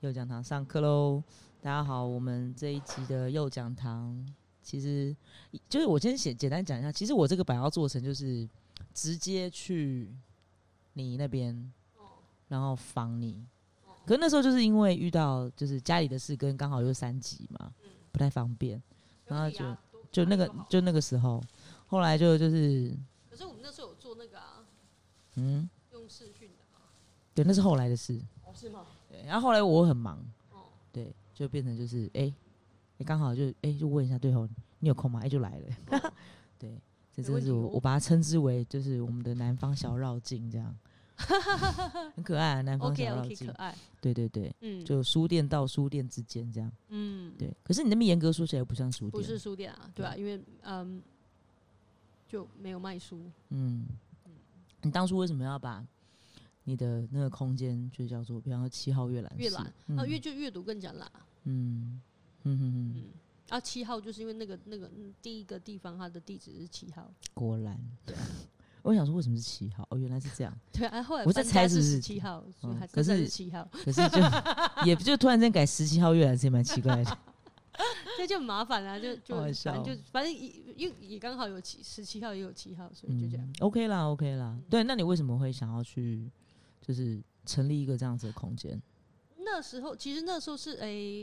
右讲堂上课喽！大家好，我们这一集的右讲堂，其实就是我先简单讲一下，其实我这个本来要做成就是直接去你那边，然后访你。可是那时候就是因为遇到就是家里的事跟刚好又3集嘛，不太方便，然后就那个时候，后来就是， 可是我们那时候有做那个啊，用视讯的啊。 对，那是后来的事。 哦，是吗？ 对，然后后来我很忙，对，就变成就是刚好就就问一下对后你有空吗？就来了。对，这真是我把它称之为就是我们的南方小绕境这样。很可爱啊，南方小绕境， OK， 可爱。 对对对，就书店到书店之间这样，对。可是你那边严格说起来不像书店， 不是书店啊，对啊，因为就没有卖书。 你当初为什么要把你的那个空间就叫做，比方说7号阅览室？ 阅读跟展览啊。7号就是因为那个第一个地方，它的地址是7号。 果然，对啊。我想说为什么是7号？哦，原来是这样。 对啊，后来我在猜是17号，所以还真的是7号。 可是也就突然间改17号阅览室也蛮奇怪的。 这就很麻烦啊，反正也刚好有17号也有7号，所以就这样。 OK 啦。对，那你为什么会想要去就是成立一个这样子的空间？ 那时候是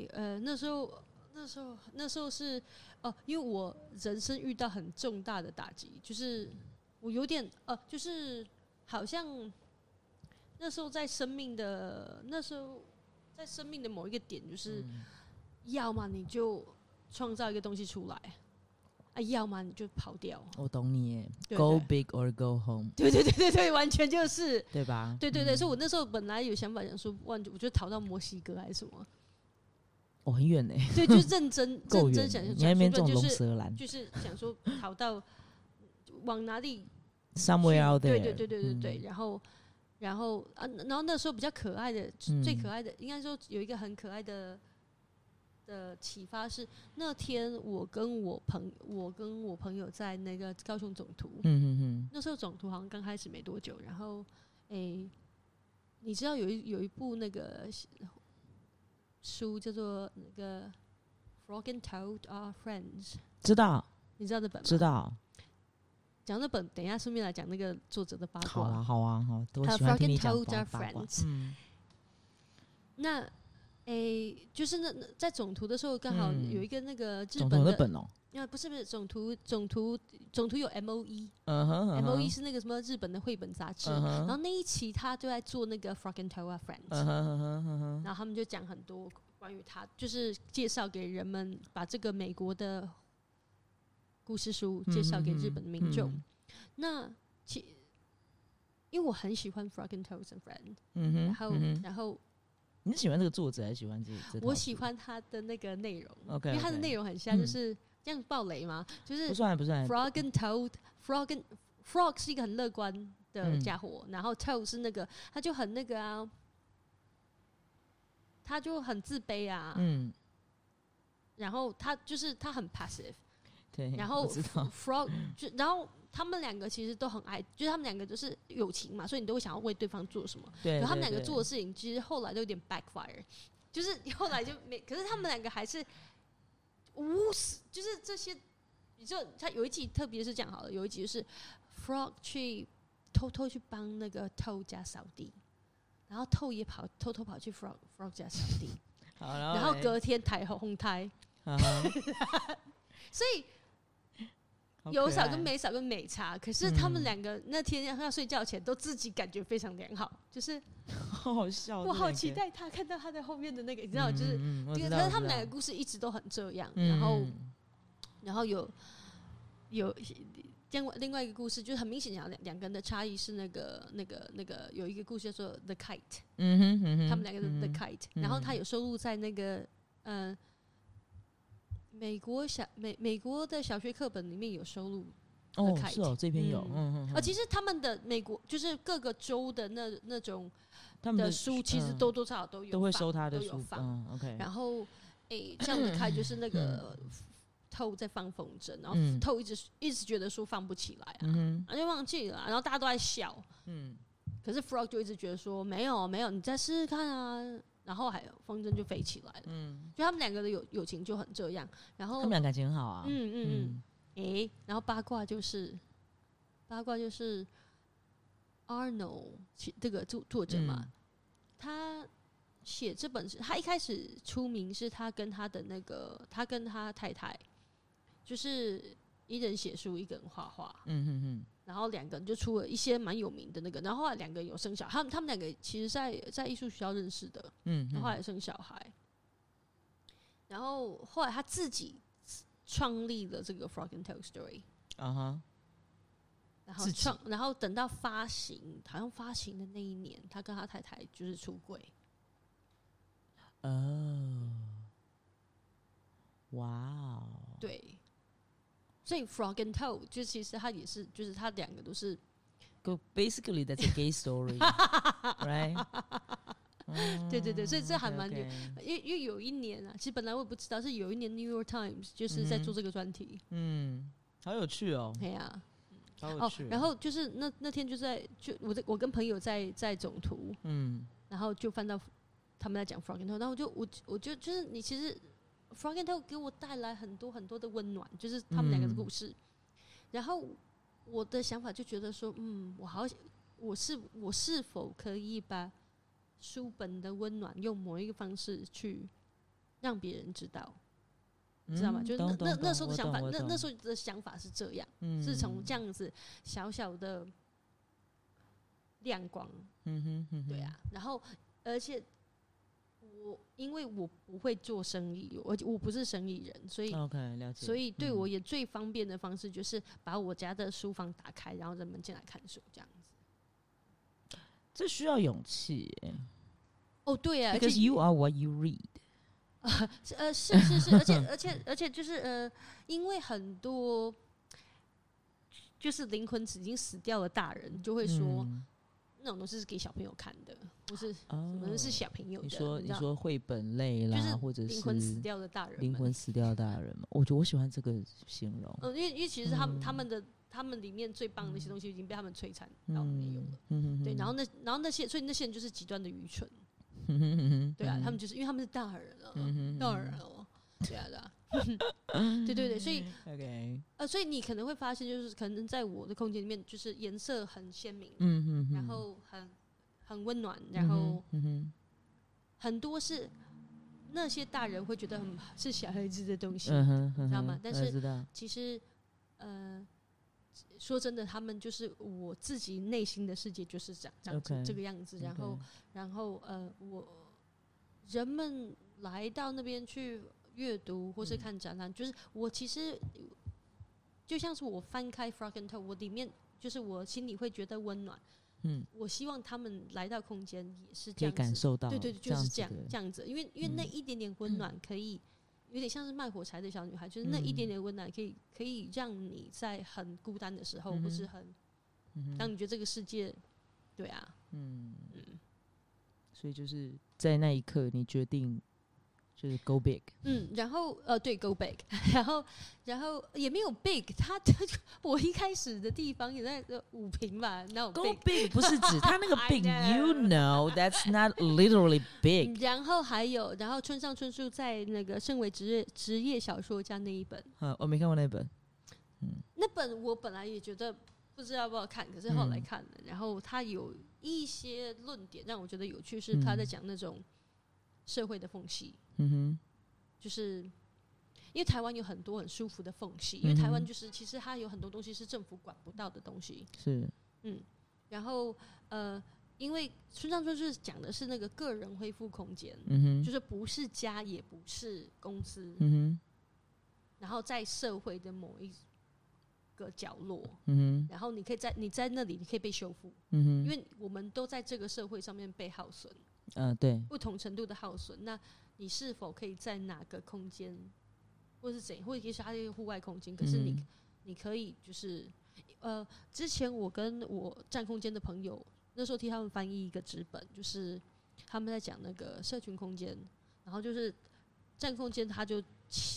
那时候是因为我人生遇到很重大的打击，就是我有点就是好像那时候在生命的某一个点，就是要么你就创造一个东西出来，要么你就跑掉。我懂你耶，对对 ，Go big or go home。 对，完全就是， 对吧？ 对，所以我那时候本来有想法想说，我就逃到墨西哥还是什么。 很远呢。 对，就是认真想， 你那边种龙舌兰， 就是想说逃到往哪里 ，somewhere out there。 对，然后那时候比较可爱的，最可爱的，应该说有一个很可爱的启发是，那天我跟我朋友在那个高雄总图，那时候总图好像刚开始没多久，然后你知道有一部那个书叫做那个《Frog and Toad Are Friends》， 知道？你知道这本吗？ 知道。 讲这本，等一下顺便来讲那个作者的八卦。 好啊，我喜欢听你讲 Frog and Toad Are Friends。那就是在总图的时候，刚好有一个那个日本的本哦。 不是总图有 MOE，MOE 是那个什么日本的绘本杂志，然后那一期他就在做那个 Frog and Toad Are Friends，然后他们就讲很多关于他，就是介绍给人们，把这个美国的故事书介绍给日本的民众。那因为我很喜欢 Frog and Toad Are Friends，然后。 你是喜欢这个作者还是喜欢这？ 我喜欢他的那个内容， okay， 因为他的内容很像，就是这样爆雷吗？就是不算。 Frog and Toad，Frog 是一个很乐观的家伙，然后 Toad 是那个他就很那个啊，他就很自卑啊，然后他很 passive， 对，然后 Frog 然后。他们两个其实都很爱，就是他们两个就是友情嘛，所以你都会想要为对方做什么。对，他们两个做的事情，其实后来都有点 backfire， 就是后来就没。可是他们两个还是就是这些，你就他有一集特别是这样好了，有一集就是 Frog 去偷偷去帮那个 Toad 家扫地，然后 Toad 也偷偷跑去 Frog 家扫地，然后隔天红胎，所以。有扫跟没扫跟没差，可是他们两个那天要睡觉前都自己感觉非常良好，就是好好笑。 我好期待他看到他的后面的那个，你知道，就是可是他们两个故事一直都很这样，然后有另外一个故事，就是很明显讲两个人的差异是那个有一个故事叫做 The Kite， 他们两个的 The Kite， 然后他有收录在那个美国的小学课本里面有收录。 是哦，这篇有。 其实他们的美国就是各个州的那种的书，其实多多少少都有， 都会收他的书。 OK。然后这样子看就是那个Toad 在放风筝，然后Toad一直觉得书放不起来然后就忘记了，然后大家都在笑。可是 Frog 就一直觉得说没有，你再试试看啊。 然后风筝就飞起来了。就他们两个的友情就很这样，然后他们俩感情很好啊。 然后八卦就是 Arnold 这个作者嘛，他写这本他一开始出名是他跟他太太，就是一人写书，一个人画画。然后两个人就出了一些蛮有名的那个，然后后来两个人有生小孩，他们两个其实在艺术学校认识的，然后后来生小孩，然后后来他自己创立了这个 Frog and Toad Story， 然后等到发行，好像发行的那一年，他跟他太太就是出柜。 哇哦， 对。所以 Frog and Toad 就其实他也是，就是他两个都是 ，basically that's a gay story， right？ 对，所以这还蛮因为有一年啊，其实本来我也不知道，是有一年 New York Times 就是在做这个专题， 好有趣哦， 对啊， 好有趣。 然后就是那天我跟朋友在总图，然后就翻到他们在讲 Frog and Toad， 然后我就是你其实。Frog and Toad 给我带来很多很多的温暖，就是他们两个的故事。然后我的想法就觉得说，我是否可以把书本的温暖用某一个方式去让别人知道，你知道吗？就是那时候的想法，那时候的想法是这样，是从这样子小小的亮光，对啊。然后而且。因为我不会做生意，我不是生意人，所以 OK 了解。 所以对我也最方便的方式就是把我家的书房打开，然后人们进来看书，这样子。 这需要勇气耶。 对啊 ，Because you are what you read。 是，而且就是因为很多就是灵魂已经死掉的大人就会说。那种东西是给小朋友看的，不是什么是小朋友的。 你说绘本类啦，就是或者是灵魂死掉的大人， 灵魂死掉的大人嘛。我觉得我喜欢这个形容。 因为其实他们里面最棒的一些东西已经被他们摧残到没有了。对，然后那些，所以那些人就是极端的愚蠢。对啊，他们就是因为他们是大人了，大人了。对啊。对，所以 OK， 所以你可能会发现，就是可能在我的空间里面，就是颜色很鲜明，然后很温暖，然后很多是那些大人会觉得是小孩子的东西，你知道吗？但是其实说真的，他们就是我自己内心的世界就是这个样子，然后人们来到那边去。阅读或是看展览，就是我其实就像是我翻开 Frog and Toad， 我里面就是我心里会觉得温暖。我希望他们来到空间也是这样子， 可以感受到， 对，就是这样子，因为那一点点温暖可以有点像是卖火柴的小女孩，就是那一点点温暖可以让你在很孤单的时候，或是当你觉得这个世界，对啊， 所以就是在那一刻，你决定。就是 go big， 然后对 go big， 然后也没有 big， 我一开始的地方也在5坪吧，那种 go big 不是指他那个 big，you know that's not literally big。 然后村上春树在那个身为职业小说家那一本， 我没看过那本， 那本我本来也觉得不知道要不要看，可是后来看了，然后他有一些论点让我觉得有趣，是他在讲那种社会的缝隙。就是因为台湾有很多很舒服的缝隙，因为台湾就是其实它有很多东西是政府管不到的东西。 是， 然后因为村上春树讲的是那个个人恢复空间，就是不是家也不是公司，然后在社会的某一个角落，然后你在那里你可以被修复，因为我们都在这个社会上面被耗损， 对， 不同程度的耗损，那你是否可以在哪个空间，或是怎样，或者也许它是一个户外空间，可是你可以就是之前我跟我占空间的朋友那时候替他们翻译一个纸本，就是他们在讲那个社群空间，然后就是占空间他就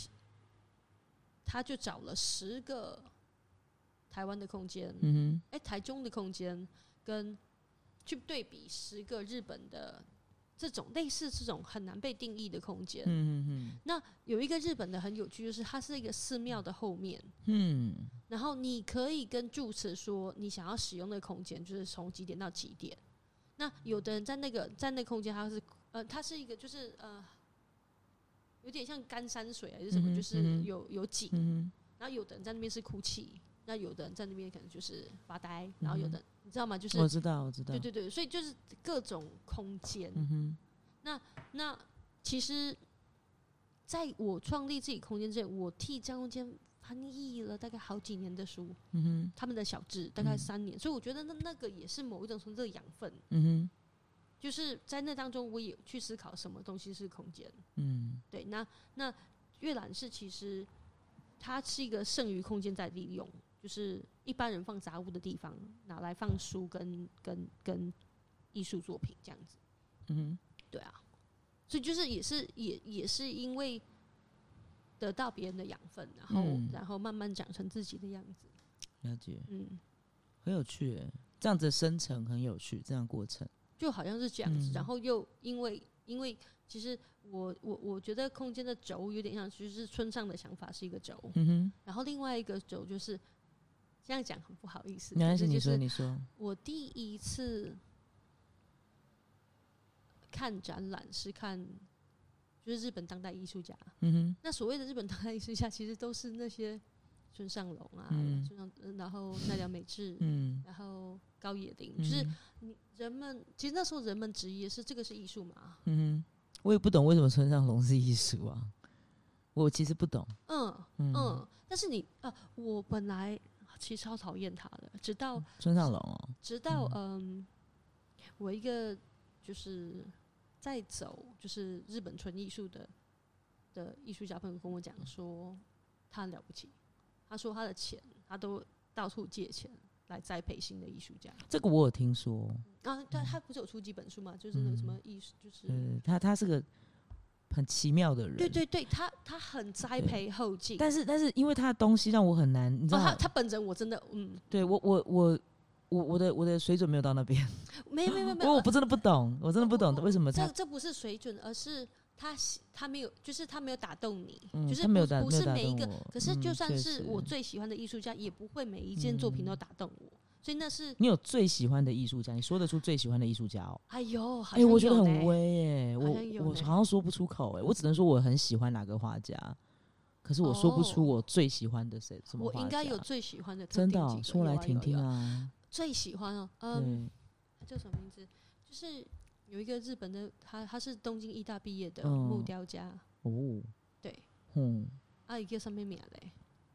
找了10个台湾的空间，台中的空间，跟去对比10个日本的这种类似这种很难被定义的空间。那有一个日本的很有趣，就是它是一个寺庙的后面，然后你可以跟住持说你想要使用那个空间，就是从几点到几点。那有的人在那个空间，它是一个就是有点像干山水还是什么，就是有景。然后有的人在那边是哭泣，那有的人在那边可能就是发呆，然后有的人你知道吗？就是我知道， 对，所以就是各种空间。那其实，在我创立自己空间之前，我替这空间翻译了大概好几年的书，他们的小志大概3年，所以我觉得那个也是某一种程度的养分。就是在那当中，我也去思考什么东西是空间。对，那阅览室其实它是一个剩余空间在利用，就是一般人放杂物的地方，拿来放书跟艺术作品这样子。对啊，所以就是也是因为得到别人的养分，然后慢慢长成自己的样子。 了解，很有趣耶，这样子的生成很有趣，这样的过程就好像是这样子。然后又因为其实我觉得空间的轴有点像，就是村上的想法是一个轴，然后另外一个轴就是这样讲很不好意思， 没关系，你说。 我第一次看展览是看就是日本当代艺术家，那所谓的日本当代艺术家其实都是那些村上隆啊，然后奈良美智，然后高野林，就是人们其实那时候人们质疑的是这个是艺术嘛？ 我也不懂为什么村上隆是艺术啊，我其实不懂。但是我本来其实超讨厌他的，直到村上隆哦， 直到我一个就是在走就是日本纯艺术的艺术家朋友跟我讲说，他很了不起，他说他的钱他都到处借钱来栽培新的艺术家。 这个我有听说啊，他不是有出几本书吗？就是那个什么艺术，就是他是个很奇妙的人。 对，他很栽培后进， 但是因为他的东西让我很难，你知道他本人我真的对我的水准没有到那边， 没有， 我真的不懂，我真的不懂为什么这不是水准，而是他没有，就是他没有打动你，就是不是每一个。可是就算是我最喜欢的艺术家，也不会每一件作品都打动我。所以那是你有最喜欢的艺术家，你说得出最喜欢的艺术家哦？ 哎呦， 我觉得很威耶，我好像说不出口哎，我只能说我很喜欢哪个画家，可是我说不出我最喜欢的什么画家。 我应该有最喜欢的特真定几个， 的说来听听啊。 最喜欢叫什么名字？就是有一个日本的，他是东京艺大毕业的木雕家。对，伊叫什么名嘞？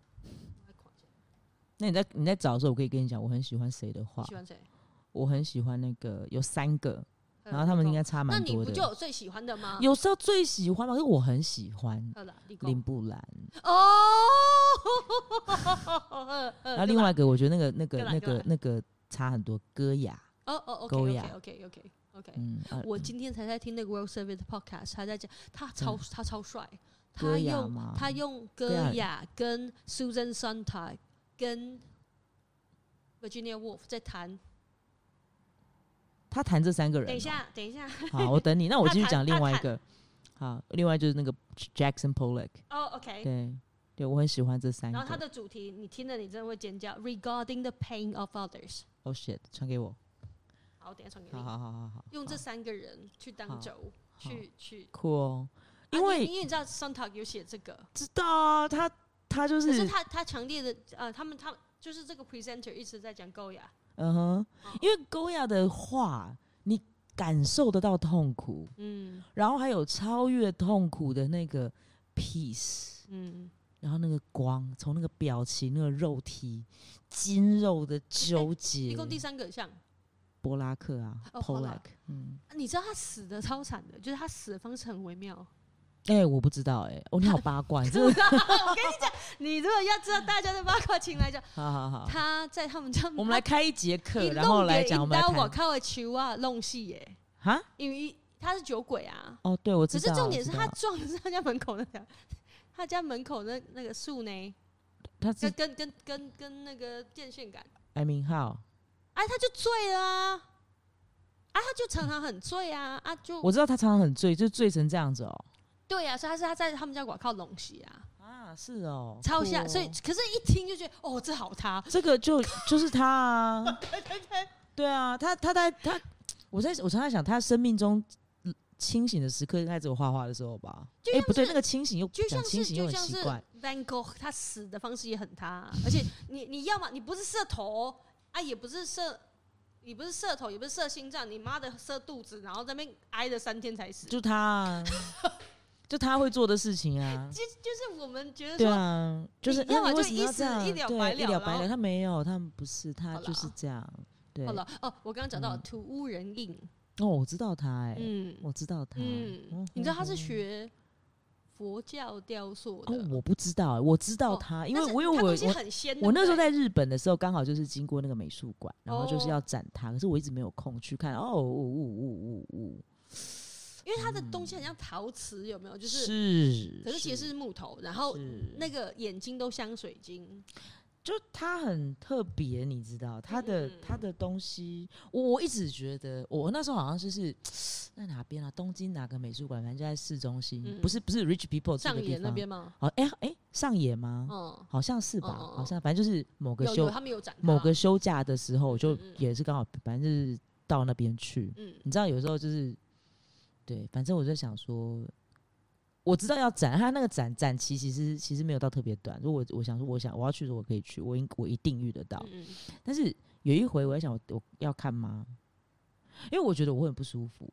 那你在找的时候，我可以跟你讲，我很喜欢谁的画。 你喜欢谁？ 我很喜欢那个有3个，然后他们应该差蛮多的。 那你不就有最喜欢的吗？ 有时候最喜欢嘛，可是我很喜欢林布兰。然后另外一个，我觉得那个差很多，戈雅。OK。 我今天才在听那个 World Service Podcast， 他在讲他超帅，他用戈雅跟 Susan Sontag 跟 Virginia Woolf 在谈。 他谈这3个人。 等一下。 好，我等你。那我继续讲另外一个。好，另外就是那个 Jackson Pollock。 OK。 对，我很喜欢这3个。 然后他的主题，你听了你真的会尖叫 ，Regarding the pain of others。 Oh shit， 传给我。 好，等一下传给你。 好。 用这3个人去当轴，去酷哦。因为你知道 Sontag 有写这个。 知道啊，他就是。 可是他强烈的他就是这个 presenter 一直在讲高雅。 因为高雅的画，你感受得到痛苦，然后还有超越痛苦的那个 peace，然后那个光，从那个表情、那个肉体、筋肉的纠结。 一共第3个像波拉克啊 ，Pollock。 你知道他死的超惨的，就是他死的方式很微妙。 我不知道你好八卦，你真的。 我跟你讲，你如果要知道大家的八卦，请来讲。 好。 他在他们家， 我们来开一节课，然后来讲我们来谈。 我靠的球啊，弄戏耶！ 哈， 因为他是酒鬼啊。 对，我知道。 可是重点是他撞的是他家门口那条，他家门口那个树呢？他跟那个电线杆。 I mean how？ 他就醉了啊！ 他就常常很醉啊就我知道他常常很醉，就醉成这样子哦。 对啊，所以他在他们家外靠龙溪是哦， 超像，所以可是一听就觉得哦，这好他， 这个就是他啊，对啊，我常常想，他生命中清醒的时刻应该只有画画的时候吧？不对，那个清醒又讲清醒又很奇怪。 Van Gogh 他死的方式也很他，而且你要嘛，你不是射头也不是射。你不是射头，也不是射心脏，你妈的射肚子，然后在那边挨了3天才死。 就他啊，就他会做的事情啊。 就是我们觉得说， 对啊，就是要么就一死一了百了， 一了百了。他没有，他们不是，他就是这样。对， 好了我刚刚讲到土屋仁印。 我知道他我知道他。 你知道他是学佛教雕塑的我不知道我知道他，因为我那时候在日本的时候，刚好就是经过那个美术馆，然后就是要展他，可是我一直没有空去看。 因为他的东西很像陶瓷，有没有？是，可是其实是木头，然后那个眼睛都镶水晶。 就它很特别，你知道，它的东西，我一直觉得，我那时候好像就是在哪边啊？东京哪个美术馆？反正就在市中心，不是 Rich People 这个地方， 上野那边吗？ 上野吗？好像是吧，好像反正就是某个他们有展， 某个休假的时候，就也是刚好，反正就是到那边去。你知道，有时候就是对，反正我就想说。我知道要展，他那个展期其实没有到特别短。如果我想说，我要去的时候我可以去，我一定遇得到。但是有一回我在想我要看吗？因为我觉得我会很不舒服。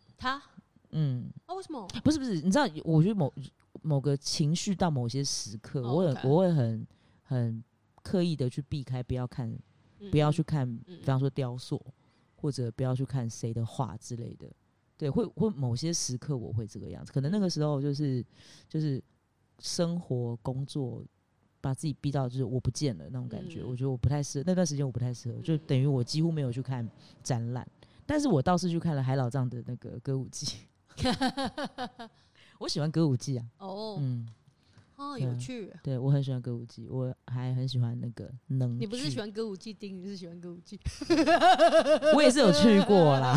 为什么？ 不是，你知道，我觉得某个情绪到某些时刻，我会很刻意的去避开，不要去看，比方说雕塑，或者不要去看谁的画之类的。对，会某些时刻我会这个样子，可能那个时候就是生活工作把自己逼到就是我不见了那种感觉，我觉得我不太适合，那段时间我不太适合，就等于我几乎没有去看展览，但是我倒是去看了海老藏的那个歌舞伎，我喜欢歌舞伎啊， 有趣。 对，我很喜欢歌舞伎，我还很喜欢那个能剧。 你不是喜欢歌舞伎町，你是喜欢歌舞伎。 我也是有去过啦，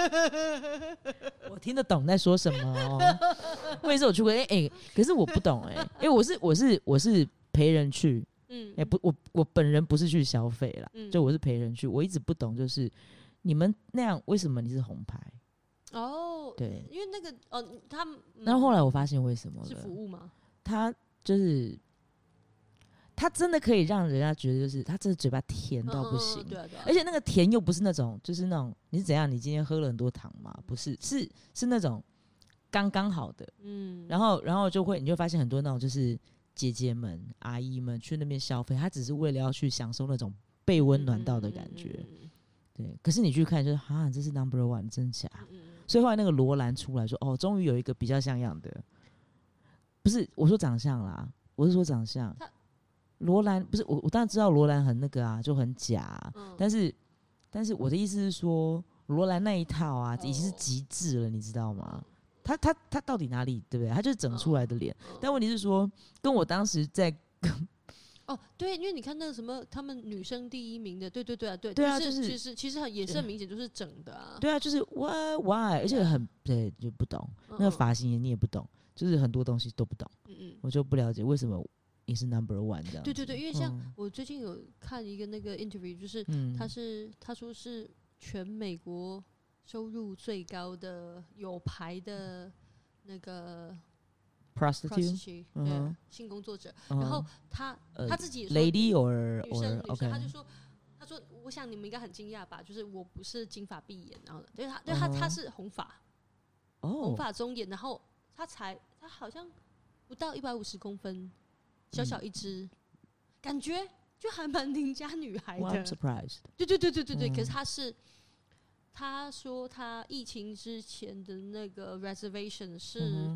我听得懂在说什么我也是有去过，可是我不懂因为我是陪人去，我本人不是去消费啦，就我是陪人去，我一直不懂，就是你们那样为什么你是红牌？对， 因为那个他们， 然后后来我发现为什么了， 是服务吗？ 他就是他真的可以让人家觉得，就是他真的嘴巴甜到不行， 对， 而且那个甜又不是那种，就是那种你是怎样？你今天喝了很多糖吗？不是，是那种刚刚好的，然后你就会发现很多那种就是姐姐们、阿姨们去那边消费，他只是为了要去享受那种被温暖到的感觉，对。可是你去看，就是这是 No.1 真假？所以后来那个罗兰出来说，终于有一个比较像样的。不是我说长相啦，我是说长相。罗兰不是我当然知道罗兰很那个啊，就很假但是我的意思是说，罗兰那一套已经是极致了，你知道吗？他到底哪里对不对？他就是整出来的脸，但问题是说，跟我当时在对，因为你看那个什么，他们女生第1名的，对啊， 就是其实也是很明显，就是整的啊。 对啊，就是 why， 而且很对，就不懂那个发型，你也不懂。就是很多东西都不懂，我就不了解为什么也是 No.1 这样。 对，因为像我最近有看一个那个 interview， 就是他说是全美国收入最高的有牌的那个 prostitute， 对，性工作者。然后他自己也说 lady or 女生， okay， 他说，我想你们应该很惊讶吧？就是我不是金发碧眼，然后他是红发，红发中眼，然后他好像不到150公分，小小一只，感觉就还蛮邻家女孩的。 I'm surprised。 对，可是他说他疫情之前的那个 reservation 是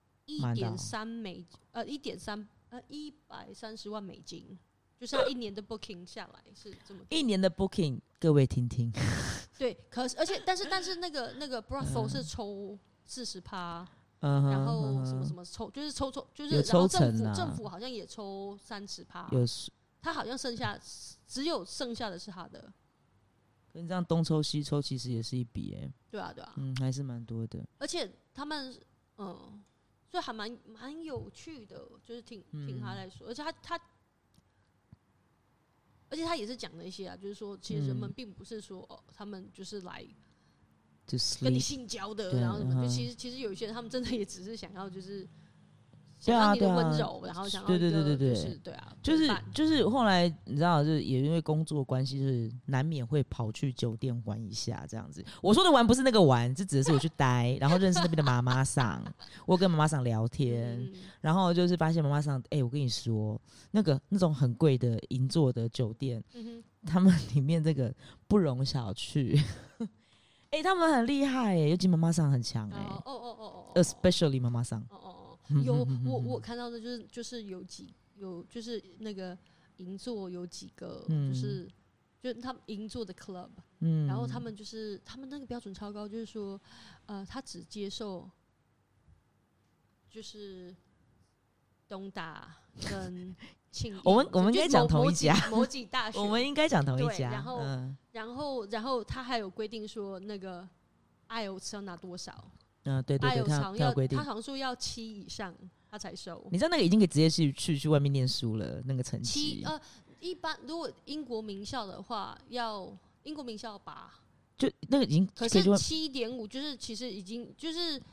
130万美金，就是他1年的 booking 下来是这么多。 1年的 booking， 各位听听。 对，但是那个 brothel 是抽40%。然后什么抽，就是抽，就是然后政府好像也抽30%，他好像只有剩下的是他的， 跟这样东抽西抽，其实也是一笔对啊，对啊， 还是蛮多的。 而且他们，所以还蛮有趣的，就是听他来说，而且而且他也是讲了一些啊，就是说，其实人们并不是说他们就是来跟你性交的，然后什么，就其实有一些人他们真的也只是想要就是想要你的温柔，然后想要一个就是对啊， 就是后来你知道，就是也因为工作关系，就是难免会跑去酒店玩一下这样子。我说的玩不是那个玩，这指的是我去待，然后认识那边的妈妈桑，我跟妈妈桑聊天，然后就是发现妈妈桑，我跟你说，那种很贵的银座的酒店，他们里面这个不容小觑。他们很厉害尤其妈妈桑很强especially 妈妈桑。 有我看到的就是有就是那个银座有几个就是他们银座的 club，然后他们那个标准超高，就是说他只接受就是东大跟庆应我们应该讲同一家某几大学， 我们应该讲同一家。 然后他还有规定说那个 IELTS 要拿多少。 对，他有规定， 他好像说要7以上他才收。 你知道那个已经可以直接去外面念书了，那个成绩。 一般如果英国名校的话，英国名校8， 就那个已经可是7.5，就是其实已经就是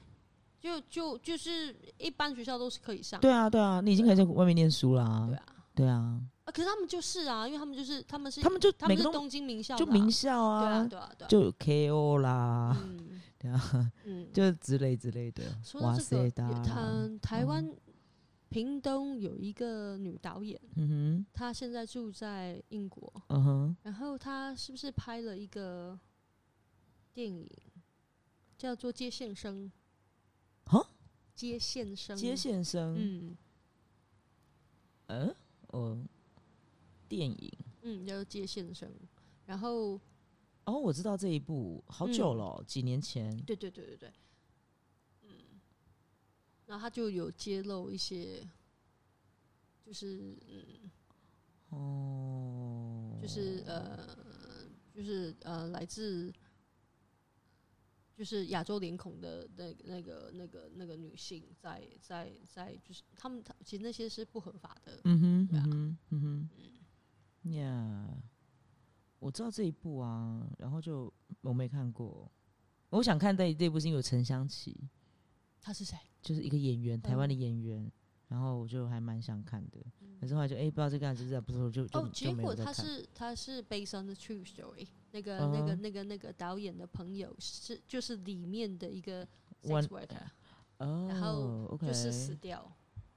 一般学校都是可以上。 对啊，你已经可以在外面念书啦。对啊。 可是他们就是因为他们是东京名校就名校啊， 对啊， 就 KO 啦。对啊，就之类的。 说到这个，台湾屏东有一个女导演，她现在住在英国，然后她是不是拍了一个电影叫做《接线生》？接线生，电影，叫做《接线生》，然后。 我知道这一部好久了几年前。 对，然后他就有揭露一些，就是来自就是亚洲脸孔的那个女性在就是他们其实那些是不合法的。 我知道这一部然后就我没看过。我想看这一部是因为有陈香琪， 他是谁？ 就是一个演员，台湾的演员。然后我就还蛮想看的，可是后来就不知道这个样子不错，就结果他是 based on the true story， 那个导演的朋友就是里面的一个 sex worker，然后就是死掉。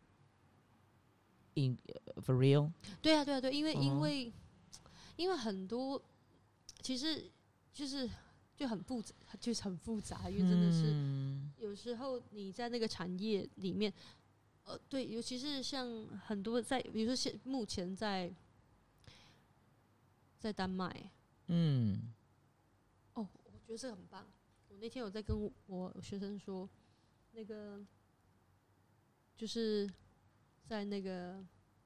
For real？ 对啊，因为很多其实就很复杂，因为真的是有时候你在那个产业里面。对，尤其是像很多比如说目前在丹麦，我觉得这个很棒。我那天有在跟我学生说，那个就是在那个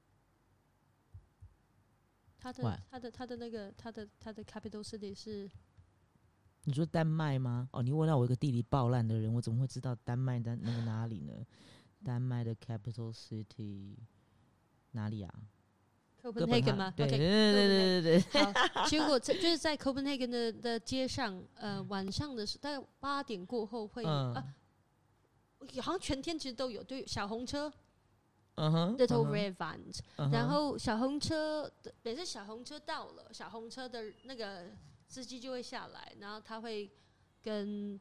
他的那个他的 capital city 是。 你说丹麦吗？你问到我一个地理爆烂的人，我怎么会知道丹麦的那个哪里呢？丹麦的 capital city 哪里啊 ？Copenhagen 吗？ 对。 好，结果就是在 Copenhagen 的街上，晚上的大概8点过后会好像全天其实都有，对，小红车，Little Red Van，然后小红车每次小红车到了，小红车的那个司机就会下来，然后他会跟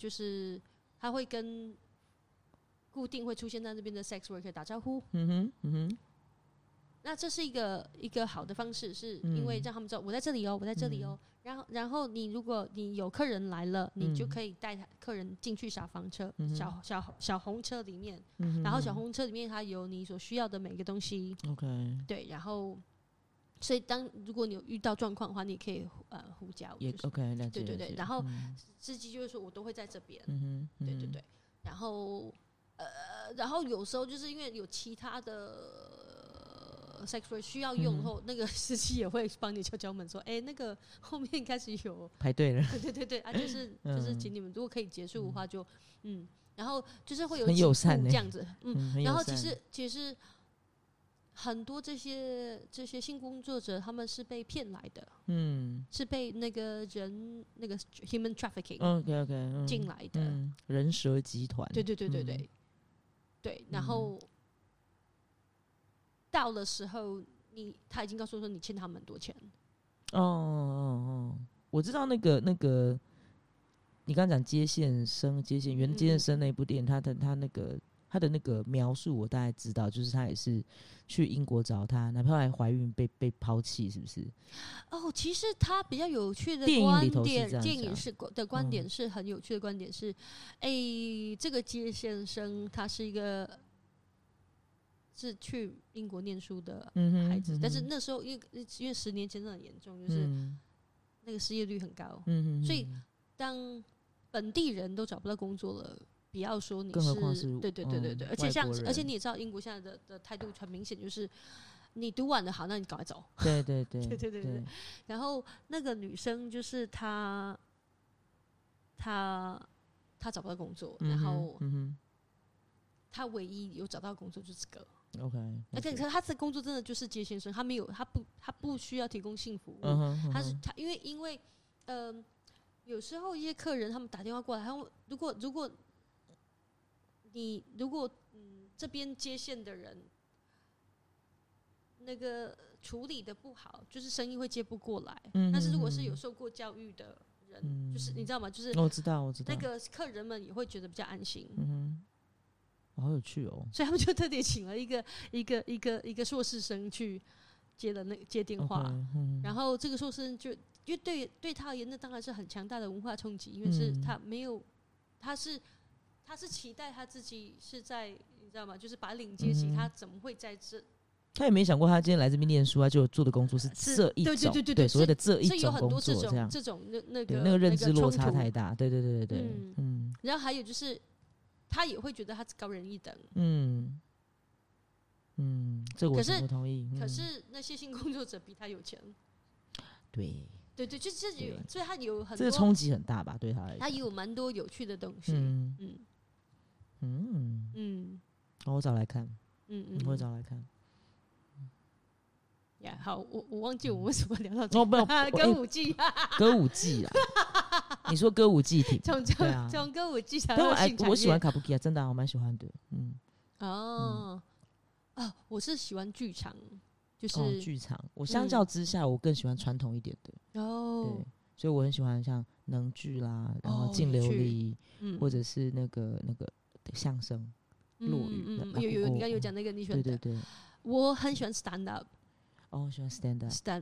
固定会出现在那边的 sex worker 打招呼。那这是一个好的方式，是因为让他们知道我在这里哦，我在这里哦。然后如果你有客人来了，你就可以带客人进去小房车、小红车里面。然后小红车里面它有你所需要的每个东西。 OK。 对，然后所以如果你有遇到状况的话，你可以呼叫。 也 OK， 了解。 对。然后司机就会说，我都会在这边。对。然后有时候就是因为有其他的 sex ray 需要用后，那个司机也会帮你敲门说，那个后面开始有排队了。 对啊，就是请你们如果可以结束的话就然后就是会有很友善这样子，然后其实很多这些性工作者他们是被骗来的，是被那个人那个 human trafficking OK 进来的， 人蛇集团， 对，然后到的时候他已经告诉我说你欠他们很多钱。 我知道那个你刚刚讲接线生原接线生那部电影，他的那个描述我大概知道，就是他也是去英国找他，哪怕后来怀孕被抛弃，是不是？ 其实他比较有趣的电影里头是电这样讲， 影的观点是很有趣的观点是，这个接线生他是一个是去英国念书的孩子，但是那时候因为10年前真的很严重，就是那个失业率很高，所以当本地人都找不到工作了，不要说你是， 更何况是对，而且你也知道英国现在的态度很明显，就是你读完了好，那你赶快走。对。然后那个女生就是她找不到工作，然后她唯一有找到工作就是这个。 OK， 可是他的工作真的就是接先生，他不需要提供性服务，他因为有时候一些客人他们打电话过来，他们如果这边接线的人那个处理的不好，就是生意会接不过来。但是如果是有受过教育的人，就是你知道吗？就是我知道那个客人们也会觉得比较安心。 好有趣哦！ 所以他们就特别请了一个硕士生去接电话，然后这个硕士生就因为对他而言，那当然是很强大的文化冲击，因为是他没有，他是期待他自己是在你知道吗？就是把领接起，他怎么会在这？ 他也没想过，他今天来这边念书，他就做的工作是这一种，对所谓的这一种工作， 这种那个认知落差太大，对， 然后还有就是。他也会觉得他高人一等， 这我不同意。 可是那些性工作者比他有钱， 对， 就是所以他有很多这个冲击很大吧？对他来说， 他有蛮多有趣的东西。 我找来看，我找来看。 好，我忘记我为什么聊到这歌舞伎， 歌舞伎啦。你说歌舞伎町， 从歌舞伎想到性产业，我喜欢卡布基啊，真的我蛮喜欢的。 我是喜欢剧场，就是剧场。我相较之下，我更喜欢传统一点的。对，所以我很喜欢像能剧啦，然后净琉璃，或者是那个相声、落语。 有你刚有讲那个你喜欢的，对，我很喜欢 stand up。 喜欢 stand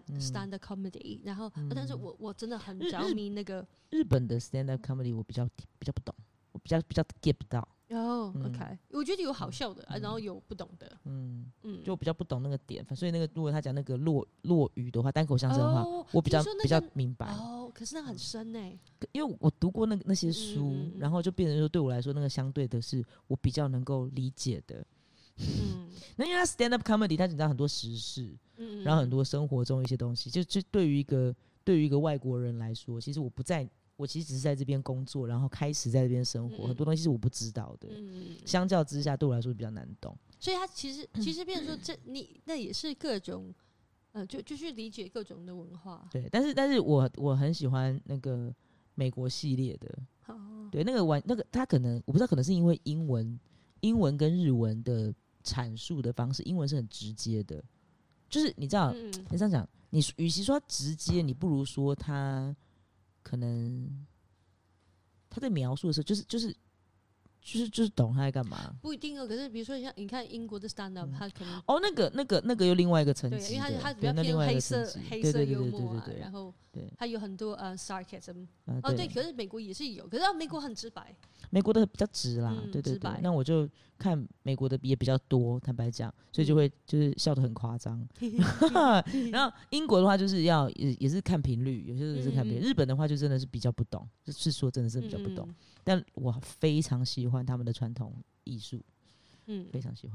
up comedy， 然后但是我真的很着迷那个日本的 stand up comedy， 我比较不懂，我比较 get 不到。 OK， 我觉得有好笑的，然后有不懂的， 就比较不懂那个点，所以那个如果他讲那个落语的话，单口相声的话，我比较明白。 可是那很深欸， 因为我读过那些书，然后就变成说对我来说，那个相对的是我比较能够理解的。那因为他 stand up comedy， 他讲到很多时事，然后很多生活中一些东西，就对于一个外国人来说，其实我其实只是在这边工作，然后开始在这边生活，很多东西是我不知道的，相较之下对我来说比较难懂。 所以他其实变成说，那也是各种就去理解各种的文化。 对，但是我很喜欢那个美国系列的，对，那个他可能我不知道，可能是因为英文跟日文的阐述的方式，英文是很直接的，就是你知道，你这样讲，你与其说直接，你不如说他可能他在描述的时候，就是懂他在干嘛。 不一定可是比如说像你看英国的 stand up，他可能那个又另外一个层级， 对，因为他比较偏黑色幽默啊，然后他有很多sarcasm。对，可是美国也是有，可是美国很直白。 美国的比较直啦，对，那我就看美国的也比较多，坦白讲，所以就是笑得很夸张。然后英国的话就是也是看频率，有些时候是看频率。日本的话就真的是比较不懂，是说真的是比较不懂。但我非常喜欢他们的传统艺术，非常喜欢。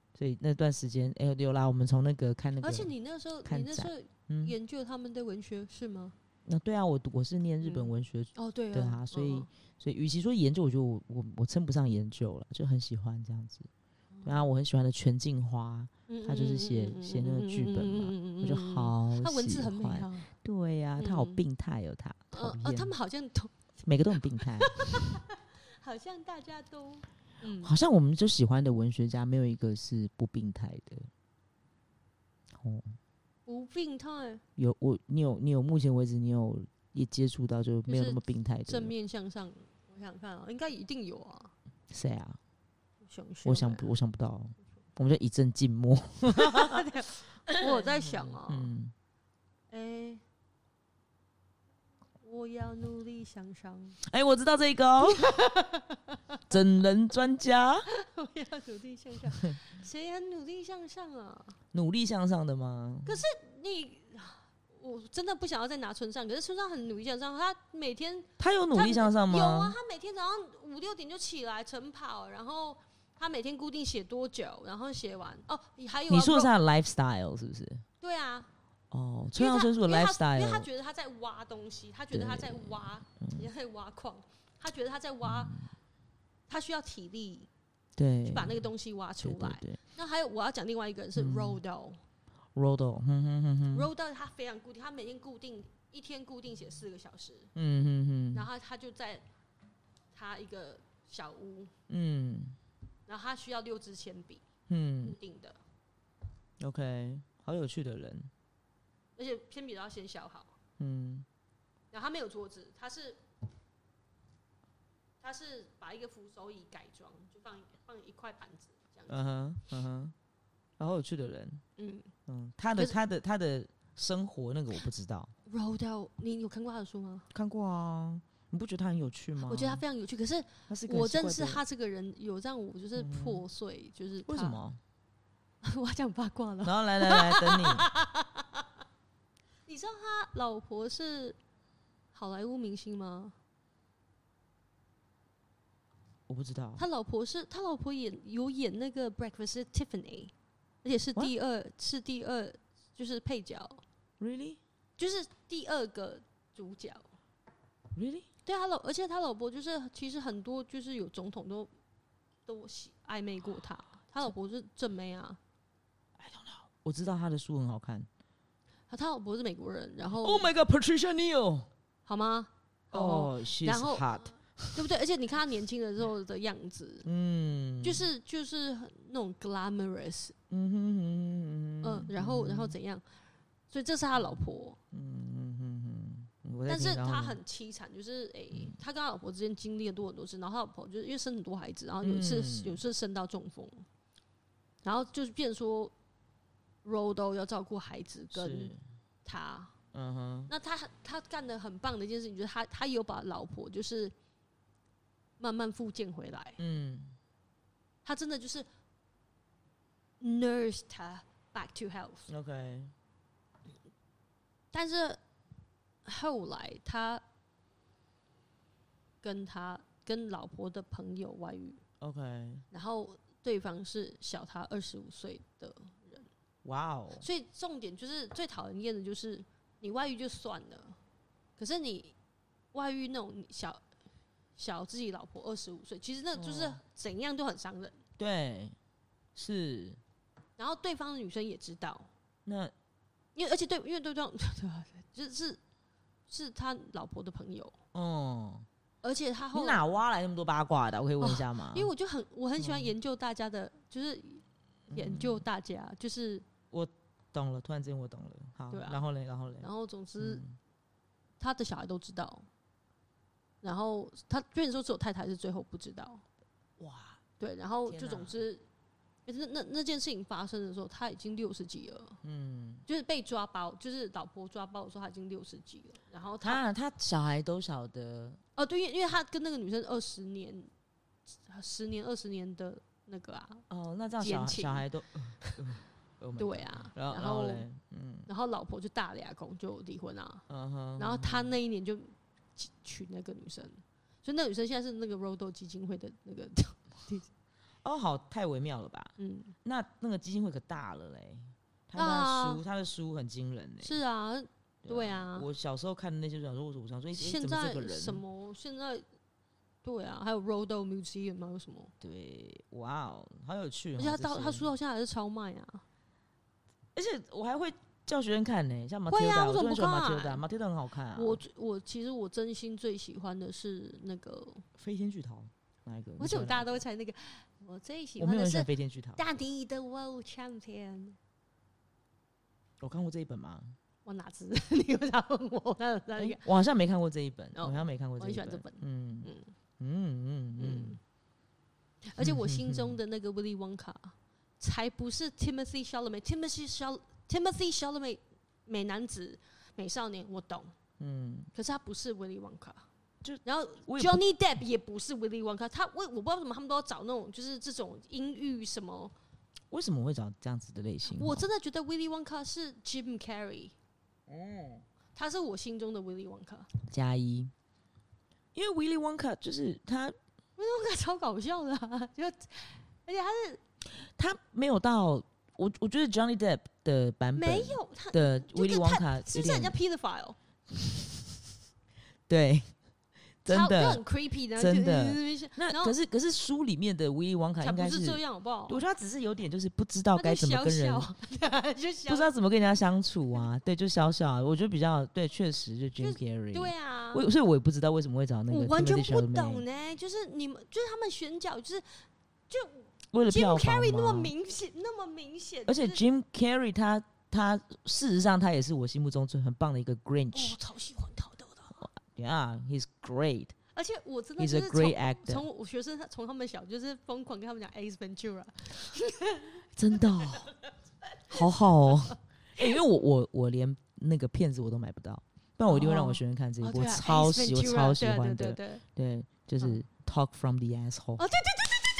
所以那段时间，有啦，我们从那个看那个， 而且你那时候研究他们的文学是吗？ 对啊，我是念日本文学， 对啊，所以与其说研究，我觉得我称不上研究了，就很喜欢这样子。对啊，我很喜欢的全镜花，他就是写那个剧本嘛，我就好喜欢。 他文字很美啊。 对呀，他好病态哦，他。 他们好像都每个都很病态， 好像大家都。 好像我们就喜欢的文学家没有一个是不病态的。 不病态？ 你有目前为止你有也接触到就没有那么病态的正面向上？我想看应该一定有啊。 谁啊？ 我想不到，我们就一阵静默。 我有在想啊，我要努力向上。 我知道这个哦，整人专家。 我要努力向上，谁很努力向上啊？ 努力向上的吗？ 可是我真的不想要再拿村上，可是村上很努力向上，他每天他有努力向上吗？ 有啊，他每天早上5、6点就起来晨跑，然后他每天固定写多久，然后写完还有你说的是他的 lifestyle 是不是？ 对啊。 村上春树的 lifestyle， 因为他觉得他在挖东西，他觉得他在挖，也在挖矿，他觉得他在挖，他需要体力， 对， 去把那个东西挖出来。 对。 那还有我要讲另外一个人是 Roldo， 他非常固定，他每天一天固定写4个小时，然后他就在他一个小屋，然后他需要6支铅笔，固定的。 OK， 好有趣的人。 而且铅笔都要先削好，然后他没有桌子，他是把一个扶手椅改装，就放一块盘子这样子。 好有趣的人。他的生活那个我不知道。 Roldo， 你有看过他的书吗？ 看过啊，你不觉得他很有趣吗？ 我觉得他非常有趣，可是我认识他这个人有让我就是破碎，就是为什么？ 我要讲八卦了。 然后来等你。 你知道他老婆是好莱坞明星吗？ 我不知道。 他老婆有演那个《Breakfast at Tiffany》，而且是第二就是配角。 Really？ 就是第2个主角。 Really？ 对啊，而且他老婆就是其实很多就是有总统都暧昧过他，他老婆是正妹啊。 I don't know。我知道他的书很好看。 他老婆是美国人，然后 Oh my God，Patricia Neal， 好吗 ？She's hot， 对不对？而且你看他年轻的时候的样子，就是那种 glamorous， 然后怎样？所以这是他老婆，但是他很凄惨，就是他跟他老婆之间经历了很多事，然后他老婆就是因为生很多孩子，然后有一次生到中风，然后就是变成说。Roldo 要照顾孩子跟他，那他干的很棒的一件事情，就是他有把老婆就是慢慢复健回来，他真的就是 nurse 他 back to health。OK， 但是后来他跟老婆的朋友外遇 ，OK， 然后对方是小他25岁的。 哇哦！ 所以重点就是最讨人厌的就是你外遇就算了，可是你外遇那种小自己老婆25岁，其实那就是怎样都很伤人。 对，是。 然后对方的女生也知道， 那因为对方是他老婆的朋友，而且他后来你哪挖来那么多八卦的？我可以问一下吗？ 因为我很喜欢研究大家的，就是研究大家，就是我懂了，突然之间我懂了。好，对啊，然后总之，他的小孩都知道，然后他虽然说只有太太是最后不知道，哇，对，然后就总之，那件事情发生的时候，他已经60几了，就是被抓包，就是老婆抓包的时候，他已经60几了，然后他小孩都晓得， 对，因为他跟那个女生10年20年的那个啊， 那这样小孩都。 对啊，然后老婆就大俩公就离婚啊，然后他那一年就娶那个女生，所以那个女生现在是那个 Roldo 基金会的那个哦，好，太微妙了吧？那个基金会可大了嘞，他的书很惊人嘞。 是啊，对啊。 我小时候看的那些小说，我想说， 现在什么？现在对啊，还有 Rodel Museum 还有什么？ 对，哇哦，好有趣。 而且他书到现在还是超卖啊！ 而且我还会叫学生看呢，像马蒂会啊， 我怎么不看？ 马蒂很好看啊。 其实我真心最喜欢的是那个飞天巨桃，哪一个？ 为什么大家都会猜那个？我最喜欢的是飞天巨桃， 大地的 World Champion。 我看过这一本吗？ 我哪知？你为啥问我？ 我好像没看过这一本，我好像没看过这一本。 我很喜欢这本。而且我心中的那个 Willy Wonka 才不是 Timothy Chalamet。Timothy Chalamet 美男子、美少年，我懂。可是他不是 Willy Wonka。然后 Johnny Depp 也不是 Willy Wonka。我不知道为什么他们都要找那种就是这种阴郁什么。 为什么会找这样子的类型？ 我真的觉得 Willy Wonka 是 Jim Carrey。他是我心中的 Willy Wonka 加1，因为 Willy Wonka 就是他 ，Willy Wonka 超搞笑的、啊，而且他没有到我觉得 Johnny Depp 的版本没有他的 Willy Wonka 是不是很像 pedophile？ 对。真的就很 creepy 的， 真的。那可是书里面的 Willy Wonka 应该是这样，好不好？ 我觉得他只是有点就是不知道该怎么跟人，不知道怎么跟人家相处啊。对，就小小，我觉得比较对，确实就 Jim Carrey。 对啊， 所以我也不知道为什么会找那个。 我完全不懂呢，就是就是他们选角就为了票房 Jim Carrey 那么明显， 而且 Jim Carrey 他事实上他也是我心目中最很棒的一个 Grinch。 我超喜欢他的。 Yeah, he's great. 而且我真的就是从我学生从他们小就是疯狂跟他们讲 Ace Ventura， 真的、哦、好好哦。因为我连那个片子我都买不到，不然我一定会让我学生看这一部，我超喜欢的。对，就是 Talk from the Asshole。 哦，对，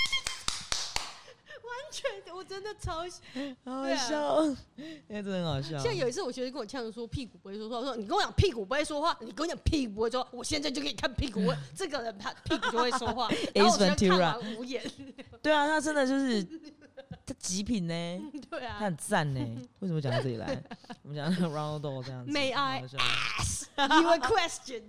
完全我真的超好笑，因为真的很好笑。 像有一次我学生跟我呛说屁股不会说话，我说你跟我讲屁股不会说话，你跟我讲屁股不会说话，我现在就给你看屁股，这个人他屁股就会说话。然后我学生看完无言。对啊，他真的就是他极品呢。 对啊， 他很赞呢。为什么讲到这里来？我们讲 Ronaldo 这样子。 May I ask you a question？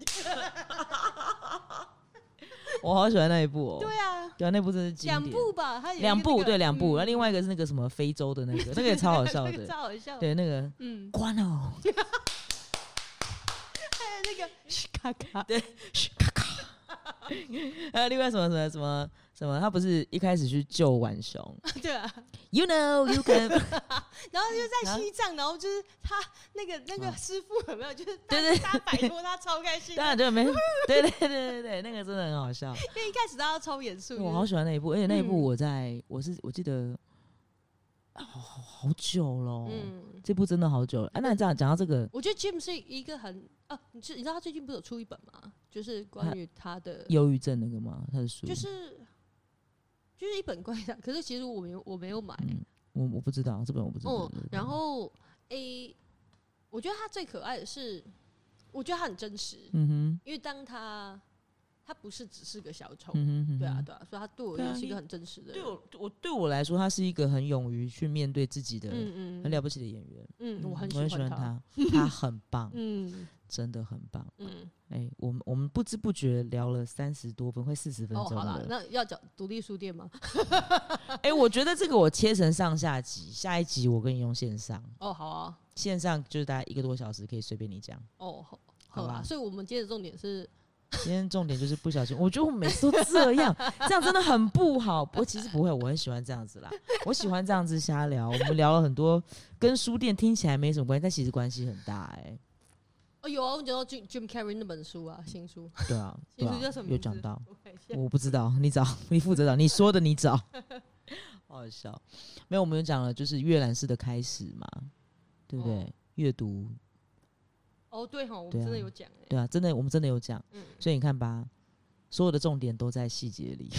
我好喜欢那一部哦。 对啊， 对啊，那部真是经典。 2部吧，他 2部，对2部。然后另外一个是那个什么非洲的那个，那个也超好笑的， 超好笑。 对，那个关哦。 还有那个嘘咔咔， 对，嘘咔咔。还有另外什么，他不是一开始去救浣熊？ 对啊 ，You know you can 然后就在西藏，然后就是他那个师傅有没有？就是对， 他摆脱他超开心。 当然就没，对，那个真的很好笑。 因为一开始大家超严肃。 我好喜欢那一部，而且那一部我记得好久了。这部真的好久了。那你这样讲到这个， 我觉得 Jim 是一个很你知道他最近不是有出一本吗？就是关于他的忧郁症那个吗？他的书就是一本关于他，可是其实我没有买。 我不知道这本我不知道。 然后我觉得他最可爱的是，我觉得他很真实。因为当他不是只是个小丑。对啊，所以他对我也是一个很真实的人。 对我来说，他是一个很勇于去面对自己的很了不起的演员。 我很喜欢他， 他很棒。真的很棒。我们不知不觉聊了30多分，快40分钟了。 好了，那要讲独立书店吗？ 我觉得这个我切成上下集，下一集我跟你用线上。 好啊， 线上就是大概1个多小时，可以随便你讲。 好吧。所以我们今天的重点是， 今天重点就是不小心，我觉得我每次都这样，这样真的很不好。不过其实不会，我很喜欢这样子啦。我喜欢这样子瞎聊，我们聊了很多跟书店听起来没什么关系，但其实关系很大。 有啊，我讲到 Jim Carrey 那本书啊，新书。 对啊， 新书叫什么名字？ 有讲到，我不知道，你找，你负责找，你说的你找。好好笑。没有，我们有讲了，就是阅览室的开始嘛，对不对？阅读。 对哈，我们真的有讲。 对啊，真的，我们真的有讲。所以你看吧，所有的重点都在细节里。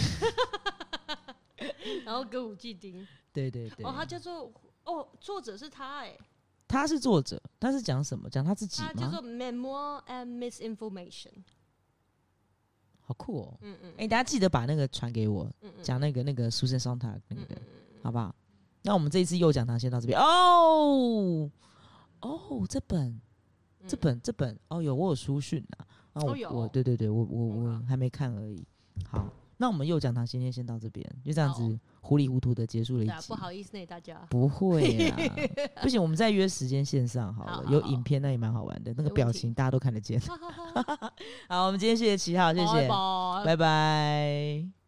然后歌舞伎町。 对。 他叫做作者是他他是作者，他是讲什么？讲他自己吗？ 他叫做 Memoir and Misinformation。 好酷哦。大家记得把那个传给我，讲那个Susan Sontag 那个，好不好？那我们这一次幼讲堂先到这边哦。这本有我有书讯啊。我对，我还没看而已。好，那我们幼讲堂先到这边，就这样子糊里糊涂的结束了一集。 不好意思大家。 不会啊，不行，我们再约时间线上好了。有影片那也蛮好玩的，那个表情大家都看得见。好，我们今天谢谢7号，谢谢，拜拜。